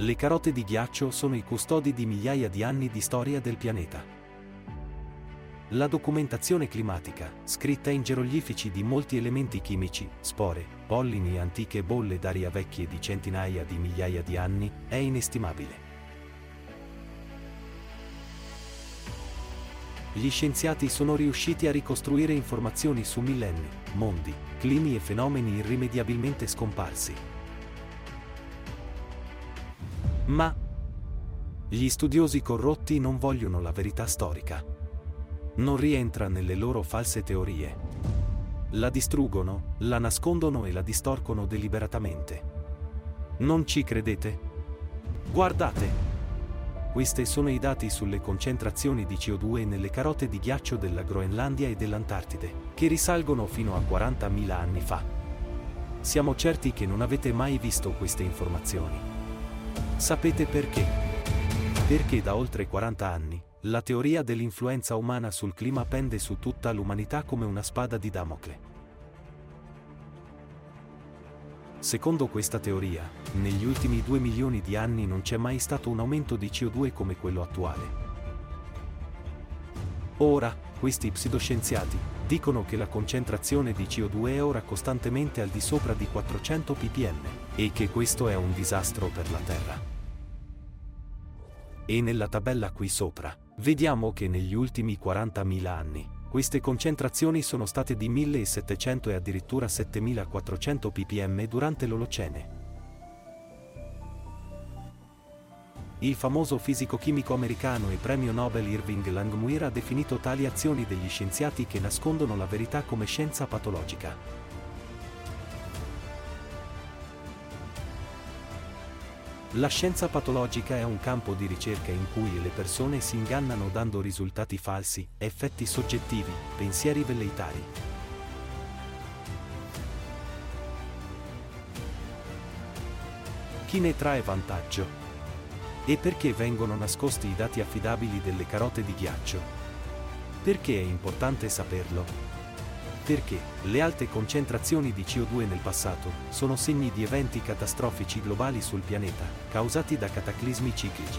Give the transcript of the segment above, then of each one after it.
Le carote di ghiaccio sono i custodi di migliaia di anni di storia del pianeta. La documentazione climatica, scritta in geroglifici di molti elementi chimici, spore, pollini e antiche bolle d'aria vecchie di centinaia di migliaia di anni, è inestimabile. Gli scienziati sono riusciti a ricostruire informazioni su millenni, mondi, climi e fenomeni irrimediabilmente scomparsi. Ma gli studiosi corrotti non vogliono la verità storica. Non rientra nelle loro false teorie. La distruggono, la nascondono e la distorcono deliberatamente. Non ci credete? Guardate! Questi sono i dati sulle concentrazioni di CO2 nelle carote di ghiaccio della Groenlandia e dell'Antartide, che risalgono fino a 40.000 anni fa. Siamo certi che non avete mai visto queste informazioni. Sapete perché? Perché da oltre 40 anni, la teoria dell'influenza umana sul clima pende su tutta l'umanità come una spada di Damocle. Secondo questa teoria, negli ultimi 2 milioni di anni non c'è mai stato un aumento di CO2 come quello attuale. Ora, questi pseudoscienziati dicono che la concentrazione di CO2 è ora costantemente al di sopra di 400 ppm, e che questo è un disastro per la Terra. E nella tabella qui sopra, vediamo che negli ultimi 40.000 anni, queste concentrazioni sono state di 1700 e addirittura 7400 ppm durante l'Olocene. Il famoso fisico-chimico americano e premio Nobel Irving Langmuir ha definito tali azioni degli scienziati che nascondono la verità come scienza patologica. La scienza patologica è un campo di ricerca in cui le persone si ingannano dando risultati falsi, effetti soggettivi, pensieri velleitari. Chi ne trae vantaggio? E perché vengono nascosti i dati affidabili delle carote di ghiaccio? Perché è importante saperlo? Perché le alte concentrazioni di CO2 nel passato sono segni di eventi catastrofici globali sul pianeta, causati da cataclismi ciclici.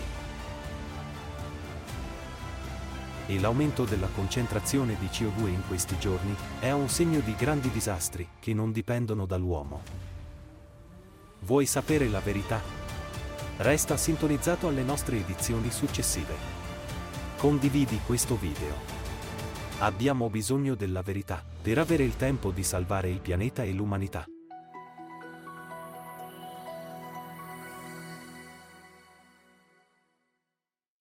E l'aumento della concentrazione di CO2 in questi giorni è un segno di grandi disastri che non dipendono dall'uomo. Vuoi sapere la verità? Resta sintonizzato alle nostre edizioni successive. Condividi questo video. Abbiamo bisogno della verità per avere il tempo di salvare il pianeta e l'umanità.